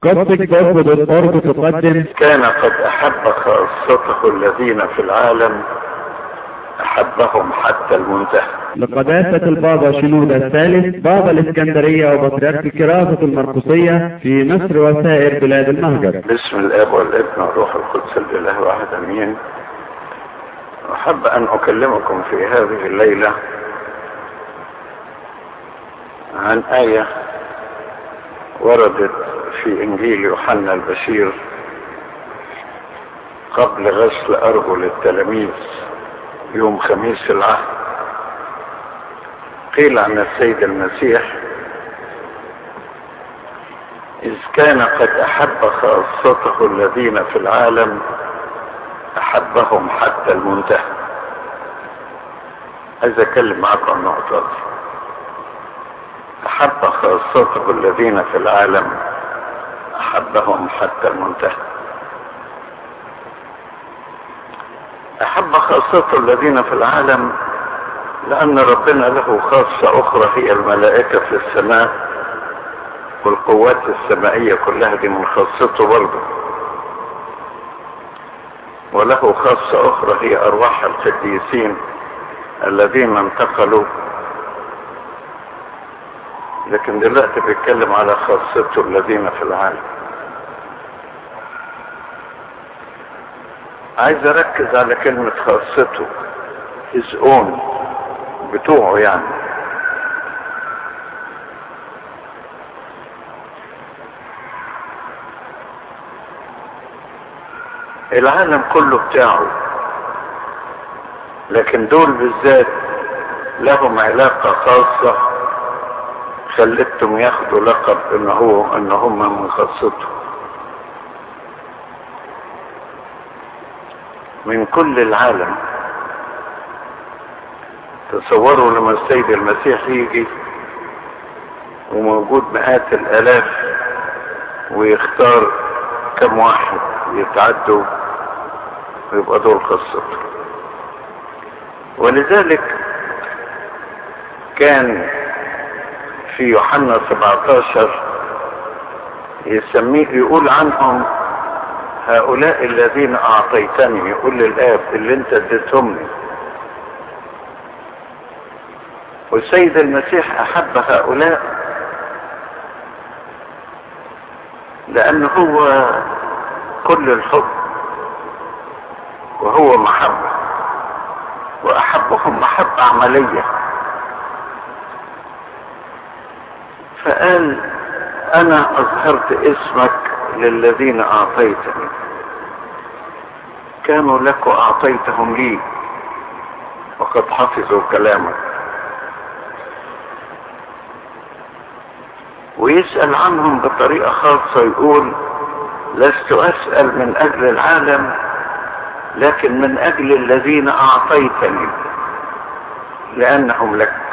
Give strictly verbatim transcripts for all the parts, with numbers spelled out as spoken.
قصة جذب الأرض تقدم. كان قد أحب خاصته الذين في العالم أحبهم حتى المنتهى. لقداسة البابا شنودة الثالث بابا الإسكندرية وبطريرك كراسة المرقسية في مصر وسائر بلاد المهجر. باسم الآب والابن والروح القدس الإله واحد أمين. أحب أن أكلمكم في هذه الليلة عن آية وردت في إنجيل يوحنا البشير قبل غسل أرجل التلاميذ يوم خميس العهد. قيل عن السيد المسيح: إذ كان قد أحب خاصته الذين في العالم أحبهم حتى المنتهى. عايز أتكلم معكم عن النقطة دي. أحب خاصته الذين في العالم أحبهم حتى المنتهى. أحب خاصته الذين في العالم لأن ربنا له خاصة أخرى هي الملائكة في السماء، والقوات السمائية كلها دي من خاصته برضه. وله خاصة أخرى هي أرواح القديسين الذين انتقلوا، لكن دلوقتي بيتكلم على خاصته الذين في العالم. عايز أركز على كلمة خاصته، his own، بتوعه يعني. العالم كله بتاعه، لكن دول بالذات لهم علاقة خاصة خلتهم ياخدوا لقب ان هو ان هم من خاصته. من كل العالم. تصوروا لما السيد المسيح يجي وموجود مئات الالاف ويختار كم واحد يتعدوا ويبقى دول خاصته. ولذلك كان في يوحنا سبعة عشر يسميه يقول عنهم: هؤلاء الذين اعطيتني، يقول للآب اللي انت اديتهم لي. والسيد المسيح احب هؤلاء لانه هو كل الحب وهو محبة، واحبهم محبة عملية. فقال: انا اظهرت اسمك للذين اعطيتني، كانوا لك واعطيتهم لي وقد حفظوا كلامك. ويسأل عنهم بطريقة خاصة، يقول: لست اسأل من اجل العالم لكن من اجل الذين اعطيتني لانهم لك.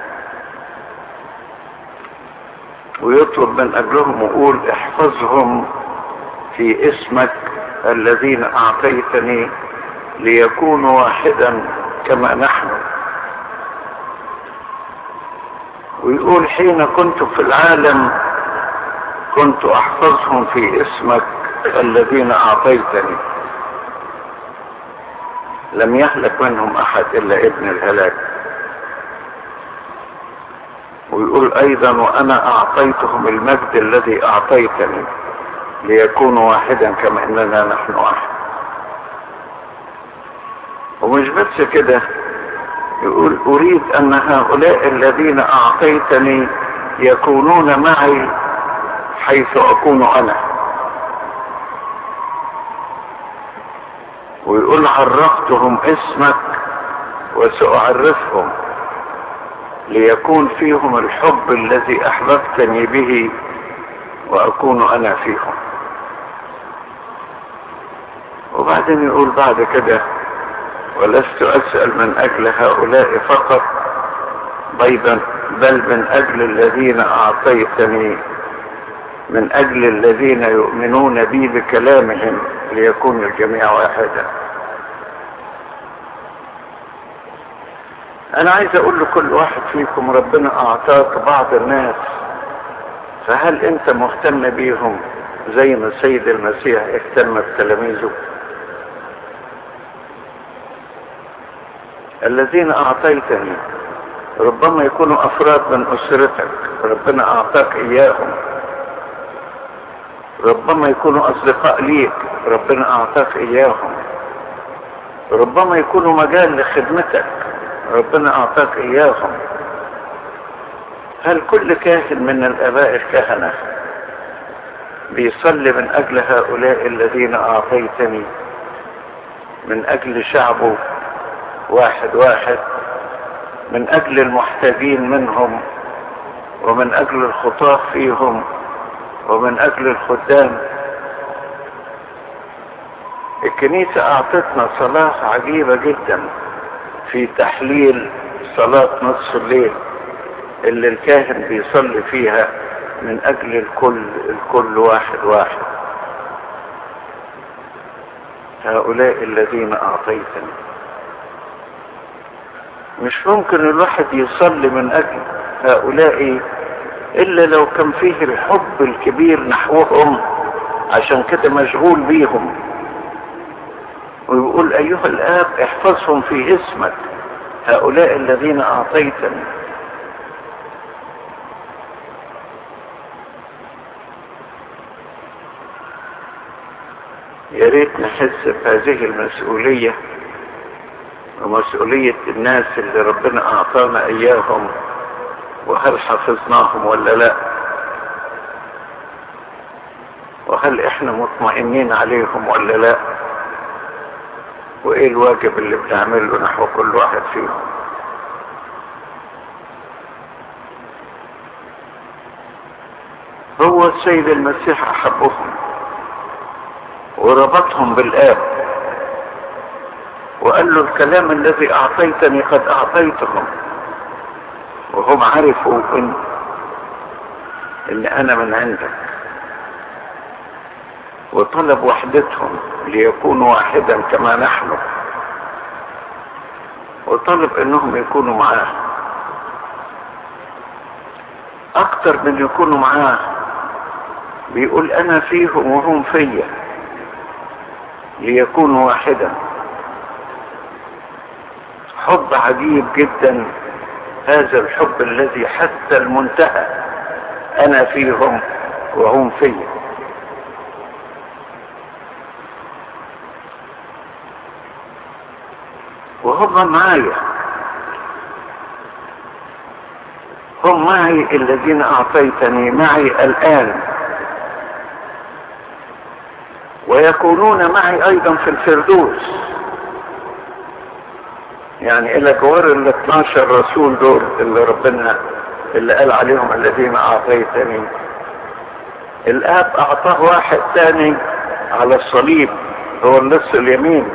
ويطلب من اجلهم ويقول: احفظهم في اسمك الذين اعطيتني ليكونوا واحدا كما نحن. ويقول: حين كنت في العالم كنت احفظهم في اسمك الذين اعطيتني، لم يهلك منهم احد الا ابن الهلاك. ويقول ايضا: وانا اعطيتهم المجد الذي اعطيتني ليكونوا واحدا كما اننا نحن واحد. ومش بس كده، يقول: اريد ان هؤلاء الذين اعطيتني يكونون معي حيث اكون انا. ويقول: عرفتهم اسمك وسأعرفهم ليكون فيهم الحب الذي احببتني به واكون انا فيهم. وبعدين يقول بعد كده: ولست اسأل من اجل هؤلاء فقط بل من اجل الذين اعطيتني، من اجل الذين يؤمنون بي بكلامهم ليكون الجميع واحدا. انا عايز اقول لكل واحد فيكم: ربنا اعطاك بعض الناس، فهل انت مهتم بيهم زي ما السيد المسيح اهتم بتلاميذه. الذين أعطيتني ربما يكونوا أفراد من أسرتك، ربنا أعطاك إياهم. ربما يكونوا أصدقاء ليك، ربنا أعطاك إياهم. ربما يكونوا مجال لخدمتك، ربنا أعطاك إياهم. هل كل كاهن من الآباء الكهنة بيصلي من أجل هؤلاء الذين أعطيتني، من أجل شعبه واحد واحد، من أجل المحتاجين منهم، ومن أجل الخطاة فيهم، ومن أجل الخدام؟ الكنيسة أعطتنا صلاة عجيبة جدا في تحليل صلاة نصف الليل اللي الكاهن بيصلي فيها من أجل الكل الكل واحد واحد. هؤلاء الذين أعطيتني. مش ممكن الواحد يصلي من أجل هؤلاء إلا لو كان فيه الحب الكبير نحوهم، عشان كده مشغول بيهم، ويقول أيها الآب احفظهم في اسمك، هؤلاء الذين أعطيتني. يا ريت نحس بهذه المسؤولية ومسؤولية الناس اللي ربنا أعطانا إياهم، وهل حفظناهم ولا لا، وهل احنا مطمئنين عليهم ولا لا، وايه الواجب اللي بنعمله نحو كل واحد فيهم. هو السيد المسيح أحبهم وربطهم بالآب، وقال له الكلام الذي أعطيتني قد أعطيتهم، وهم عرفوا إن, إن أنا من عندك، وطلب وحدتهم ليكونوا واحدا كما نحن، وطلب إنهم يكونوا معاه أكتر من يكونوا معاه. بيقول أنا فيهم وهم فيا ليكونوا واحدا. حب عجيب جدا هذا الحب الذي حتى المنتهى، أنا فيهم وهم فيا. وهم معي، هم معي الذين أعطيتني، معي الآن، ويكونون معي أيضا في الفردوس. يعني إلى جوار ال اثناشر رسول دول اللي ربنا اللي قال عليهم الذين أعطيتني، الآب أعطاه واحد ثاني على الصليب، هو اللص اليمين،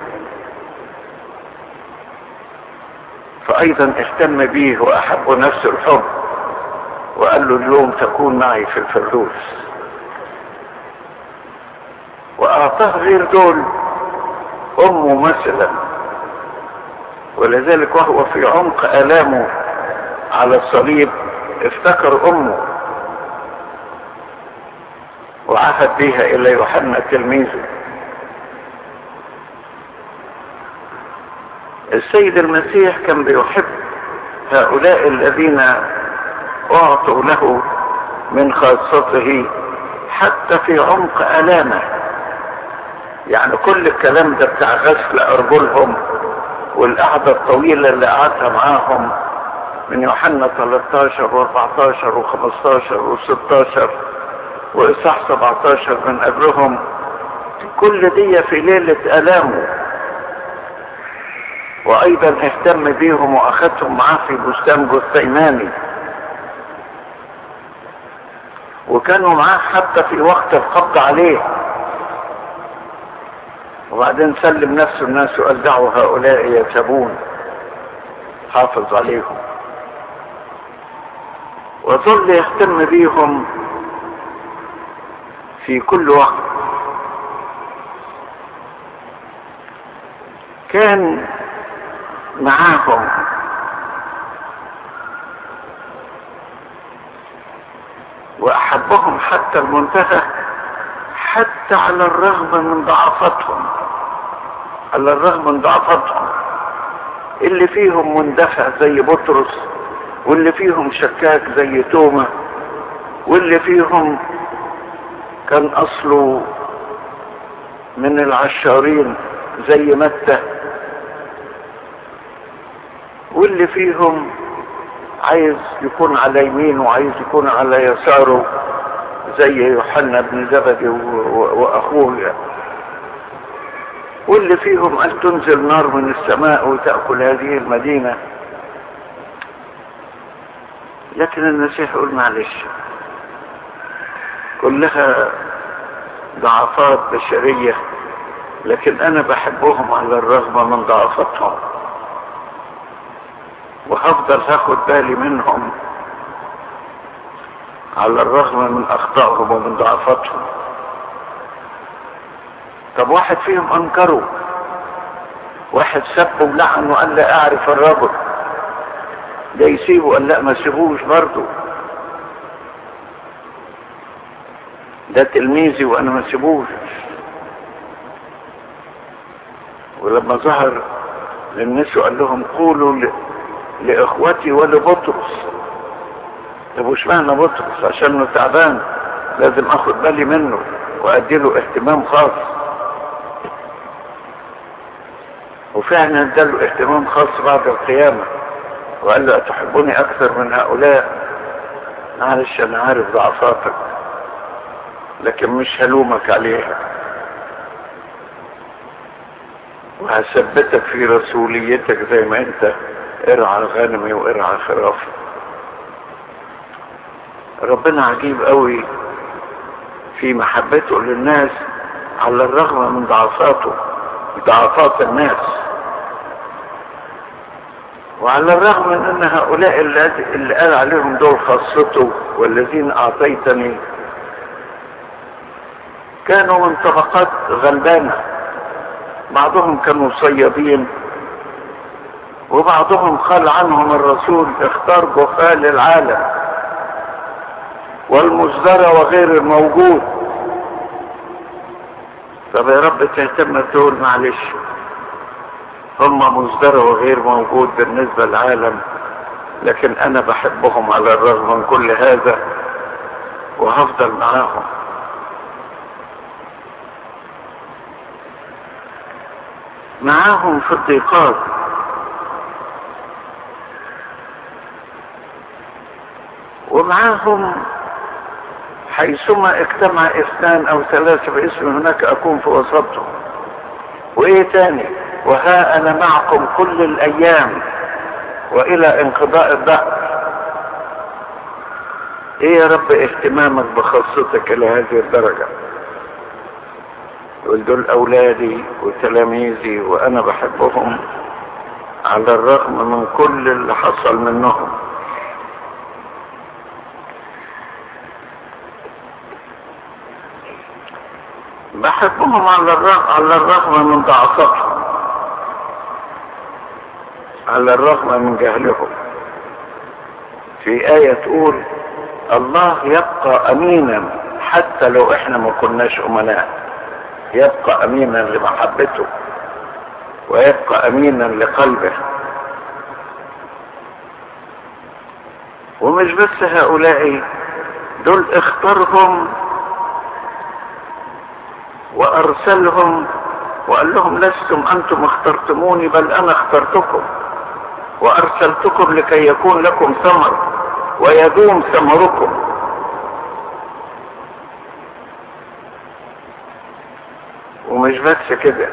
فأيضا اهتم به وأحب نفس الحب، وقال له اليوم تكون معي في الفردوس. وأعطاه غير دول أمه مثلا، ولذلك وهو في عمق آلامه على الصليب افتكر أمه وعهد بها إلى يوحنا تلميذه. السيد المسيح كان بيحب هؤلاء الذين أعطوا له من خاصته حتى في عمق آلامه. يعني كل الكلام ده بتاع غسل أرجلهم والقعدة الطويلة اللي قعدها معاهم من يوحنا ثلاثة عشر واربعتاشر وخمستاشر وستاشر وإصحاح سبعتاشر من قبلهم، كل دي في ليلة آلامه. وأيضا اهتم بيهم وأخذهم معاه في بستان جثيماني، وكانوا معاه حتى في وقت القبض عليه. وبعدين سلم نفسه الناس وقال دعوا هؤلاء يتبون، حافظ عليهم، وظل يهتم بيهم في كل وقت. كان معاهم وأحبهم حتى المنتهى، حتى على الرغم من ضعفتهم، على الرغم من ضعفتهم، اللي فيهم مندفع زي بطرس، واللي فيهم شكاك زي توما، واللي فيهم كان اصله من العشارين زي متى، واللي فيهم عايز يكون على يمينه وعايز يكون على يساره زي يوحنا بن زبدي واخوه، واللي فيهم قال تنزل نار من السماء وتأكل هذه المدينة. لكن المسيح يقول معلش، كلها ضعفات بشرية، لكن انا بحبهم على الرغم من ضعفتهم، وهفضل هاخد بالي منهم على الرغم من اخطائهم ومن ضعفتهم. طب واحد فيهم انكره، واحد سبه ولعن وقال لا اعرف الرجل، ده يسيبه؟ قال لا ما سيبوش برضه، ده تلميذي وانا ما سيبوش. ولما ظهر للناس وقال لهم قولوا ل... لاخوتي ولبطرس. طب وش معنى بطرس؟ عشانه تعبان لازم اخد بالي منه وادي له اهتمام خاص، وفعلا اداله اهتمام خاص بعد القيامة، وقال له اتحبوني اكثر من هؤلاء؟ معلش انا عارف ضعفاتك لكن مش هلومك عليها، وهثبتك في رسوليتك زي ما انت ارعى غنمي وارعى خرافي. ربنا عجيب قوي في محبته للناس على الرغم من ضعفاته، ضعفات الناس، وعلى الرغم من ان هؤلاء اللي قال عليهم دول خاصته والذين اعطيتني كانوا من طبقات غلبانة، بعضهم كانوا صيادين، وبعضهم قال عنهم الرسول اختار جهال العالم والمزدرى وغير الموجود. طب يا رب تهتم تقول معلش هم مزدرى وغير موجود بالنسبة للعالم، لكن انا بحبهم على الرغم من كل هذا وهفضل معاهم. معاهم في الضيقات، ومعاهم حيثما اجتمع اثنان او ثلاثة باسم هناك اكون في وسطهم. وايه تاني؟ وها انا معكم كل الايام والى انقضاء الدهر. ايه يا رب اهتمامك بخاصتك الى هذه الدرجة؟ يقول دول اولادي وتلاميذي وانا بحبهم على الرغم من كل اللي حصل منهم. بحبهم على الرغم على الرغم من ضعفتهم، على الرغم من جهلهم. في آية تقول الله يبقى أمينا حتى لو احنا ما كناش أمناء، يبقى أمينا لمحبته ويبقى أمينا لقلبه. ومش بس هؤلاء، دول اختارهم وارسلهم وقال لهم لستم انتم اخترتموني بل انا اخترتكم وارسلتكم لكي يكون لكم ثمر ويدوم ثمركم. ومش بس كده،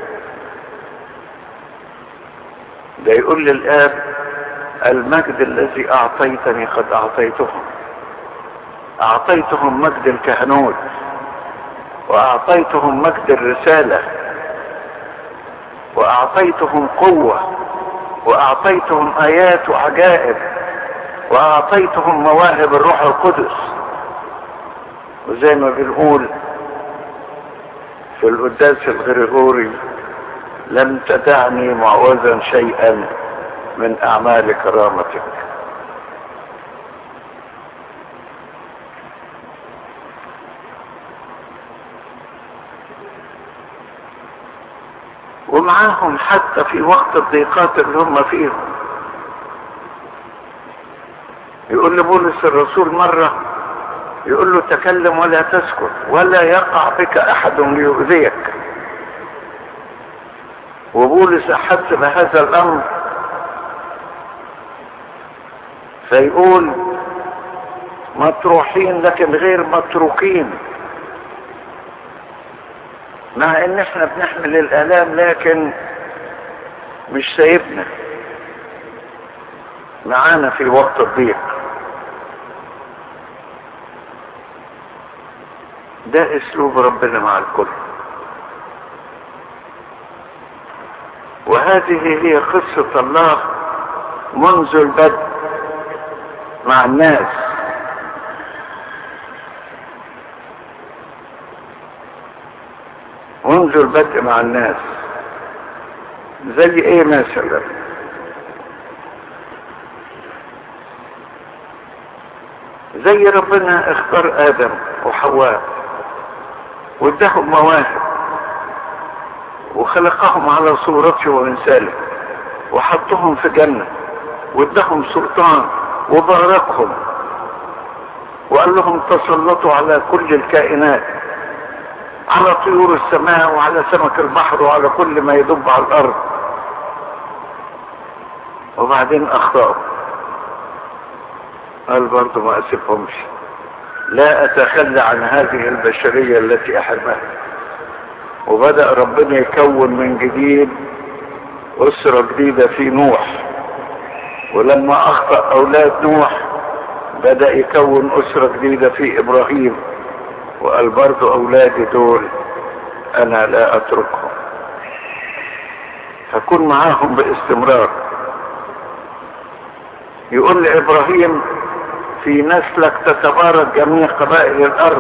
ده يقول للآب المجد الذي اعطيتني قد اعطيتهم، اعطيتهم مجد الكهنوت واعطيتهم مجد الرسالة واعطيتهم قوة واعطيتهم ايات وعجائب واعطيتهم مواهب الروح القدس. وزي ما بنقول في القداس الغريغوري لم تدعني معوزا شيئا من اعمال كرامتك. ومعاهم حتى في وقت الضيقات اللي هم فيهم. يقول لبولس الرسول مرة، يقول له تكلم ولا تسكت ولا يقع بك احد ليؤذيك. وبولس احس بهذا الامر فيقول مطروحين لكن غير متروكين، مع ان احنا بنحمل الالام لكن مش سايبنا معانا في وقت الضيق. ده اسلوب ربنا مع الكل، وهذه هي قصة الله منذ البدء مع الناس. منذ البدء مع الناس. زي ايه مثلا؟ زي ربنا اختار ادم وحواء واداهم مواهب وخلقهم على صورته ومثاله وحطهم في جنة واداهم سلطان وباركهم وقال لهم تسلطوا على كل الكائنات، على طيور السماء وعلى سمك البحر وعلى كل ما يدب على الارض. وبعدين اخطأوا، قال برضو ما اسيبهمش، لا اتخلى عن هذه البشرية التي احبها. وبدأ ربنا يكون من جديد اسرة جديدة في نوح، ولما اخطأ اولاد نوح بدأ يكون اسرة جديدة في ابراهيم، وقال برضو اولادي دول انا لا اتركهم، هكون معاهم باستمرار. يقول لابراهيم في نسلك تتبارك جميع قبائل الارض.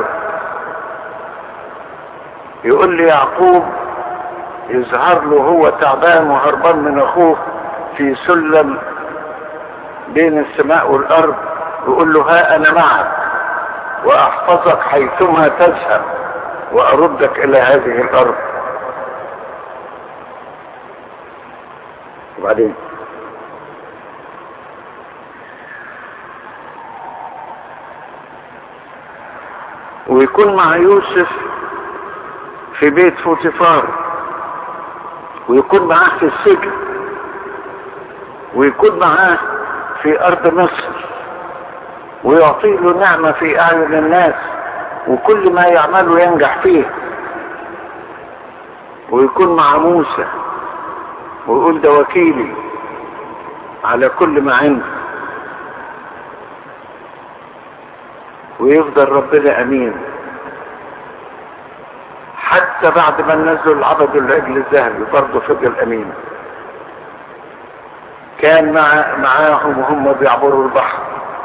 يقول لي يعقوب يظهر له هو تعبان وهربان من اخوه في سلم بين السماء والارض، يقول له ها انا معك واحفظك حيثما تذهب واردك الى هذه الارض. وبعدين ويكون مع يوسف في بيت فوتيفار، ويكون معاه في السجن، ويكون معاه في ارض مصر، ويعطي له نعمة في اعين الناس، وكل ما يعمله ينجح فيه. ويكون مع موسى ويقول ده وكيلي على كل ما عنده. ويفضل ربنا امين حتى بعد ما نزلوا العبد العجل الذهبي برضه فضل امين. كان مع معاهم وهم بيعبروا البحر،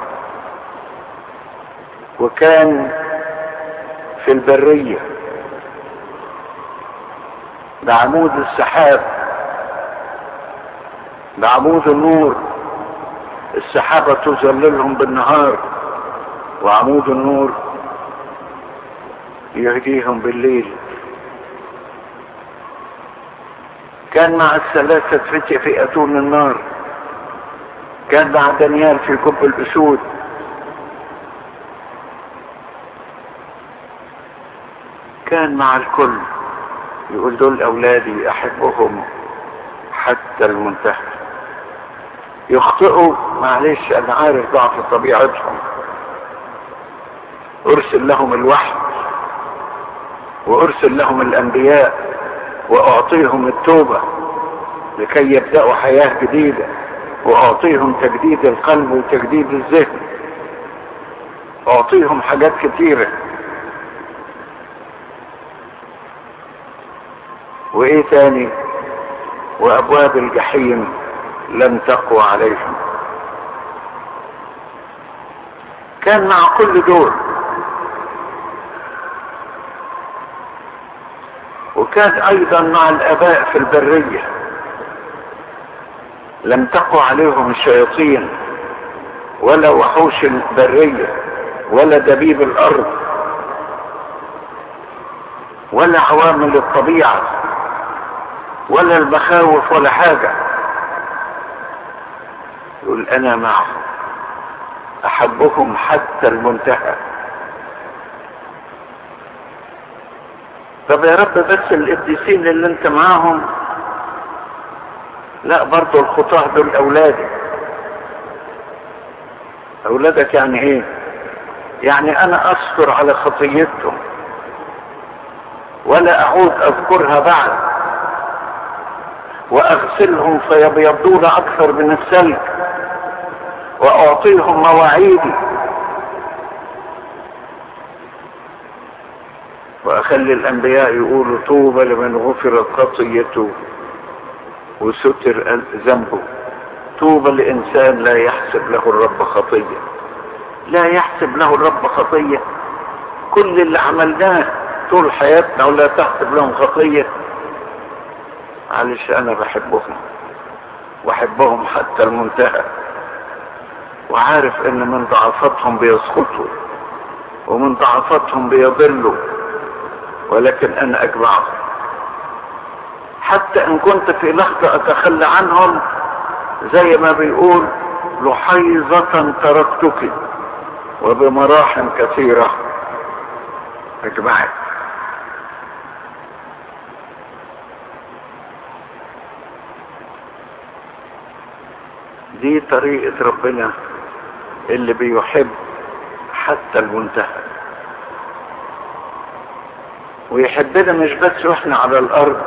وكان في البرية بعمود السحاب، بعمود النور. السحابة تظللهم بالنهار، وعمود النور يهديهم بالليل. كان مع الثلاثة فتية في أتون النار، كان مع دانيال في كب الأسود، كان مع الكل. يقول دول أولادي أحبهم حتى المنتهى. يخطئوا معلش أنا عارف ضعف طبيعتهم، أرسل لهم الوحي وأرسل لهم الأنبياء وأعطيهم التوبة لكي يبدأوا حياة جديدة، وأعطيهم تجديد القلب وتجديد الذهن، أعطيهم حاجات كتيرة. وإيه تاني؟ وأبواب الجحيم لم تقوى عليهم. كان مع كل دول. وكان ايضا مع الاباء في البرية، لم تقوى عليهم الشياطين ولا وحوش البرية ولا دبيب الارض ولا عوامل الطبيعة ولا المخاوف ولا حاجة. يقول انا معهم احبهم حتى المنتهى. طب يا رب بس القديسين اللي انت معاهم؟ لا، برضو الخطاة دول اولادي. اولادك يعني ايه؟ يعني انا اصبر على خطيتهم ولا اعود اذكرها بعد، واغسلهم فيبيضون اكثر من الثلج، واعطيهم مواعيدي، واخلي الانبياء يقولوا طوبى لمن غفرت خطيته وستر ذنبه. طوبى لانسان لا يحسب له الرب خطيه. لا يحسب له الرب خطيه؟ كل اللي عملناه طول حياتنا ولا تحسب لهم خطيه؟ معلش، انا بحبهم واحبهم حتى المنتهى، وعارف ان من ضعفاتهم بيسقطوا ومن ضعفاتهم بيضلوا، ولكن انا اجمعهم. حتى ان كنت في لحظة اتخلى عنهم، زي ما بيقول لحيظة تركتك وبمراحم كثيرة اجمعك. دي طريقة ربنا اللي بيحب حتى المنتهى، ويحبنا مش بس واحنا على الارض،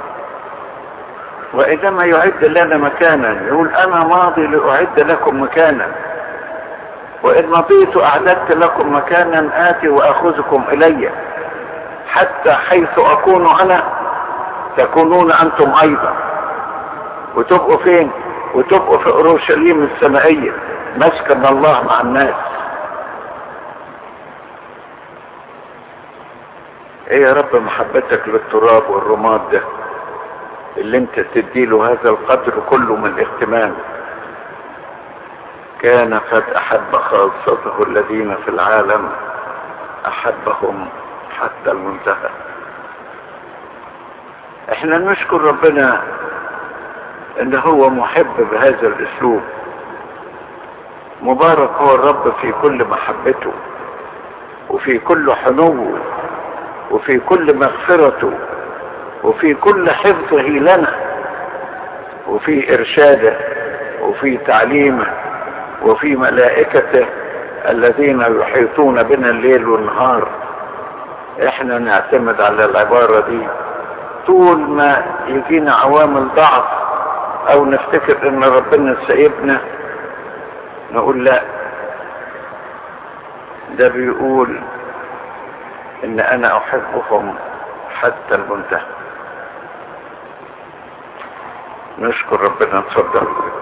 وإنما يعد لنا مكانا. يقول انا ماضي لاعد لكم مكانا، وان مضيت اعددت لكم مكانا اتي واخذكم الي، حتى حيث اكون انا تكونون انتم ايضا. وتبقوا فين؟ وتبقوا في اورشليم السمائية، مسكن الله مع الناس. ايه يا رب محبتك للتراب والرماد ده اللي انت تديله هذا القدر كله من الاهتمام. كان قد احب خاصته الذين في العالم احبهم حتى المنتهى. احنا نشكر ربنا ان هو محب بهذا الاسلوب. مبارك هو الرب في كل محبته وفي كل حنوه وفي كل مغفرته وفي كل حفظه لنا وفي ارشاده وفي تعليمه وفي ملائكته الذين يحيطون بنا الليل والنهار. احنا نعتمد على العبارة دي طول ما يجينا عوامل ضعف او نفتكر ان ربنا سايبنا، نقول لا، ده بيقول ان انا احبهم حتى المنتهى. نشكر ربنا. اتفضل.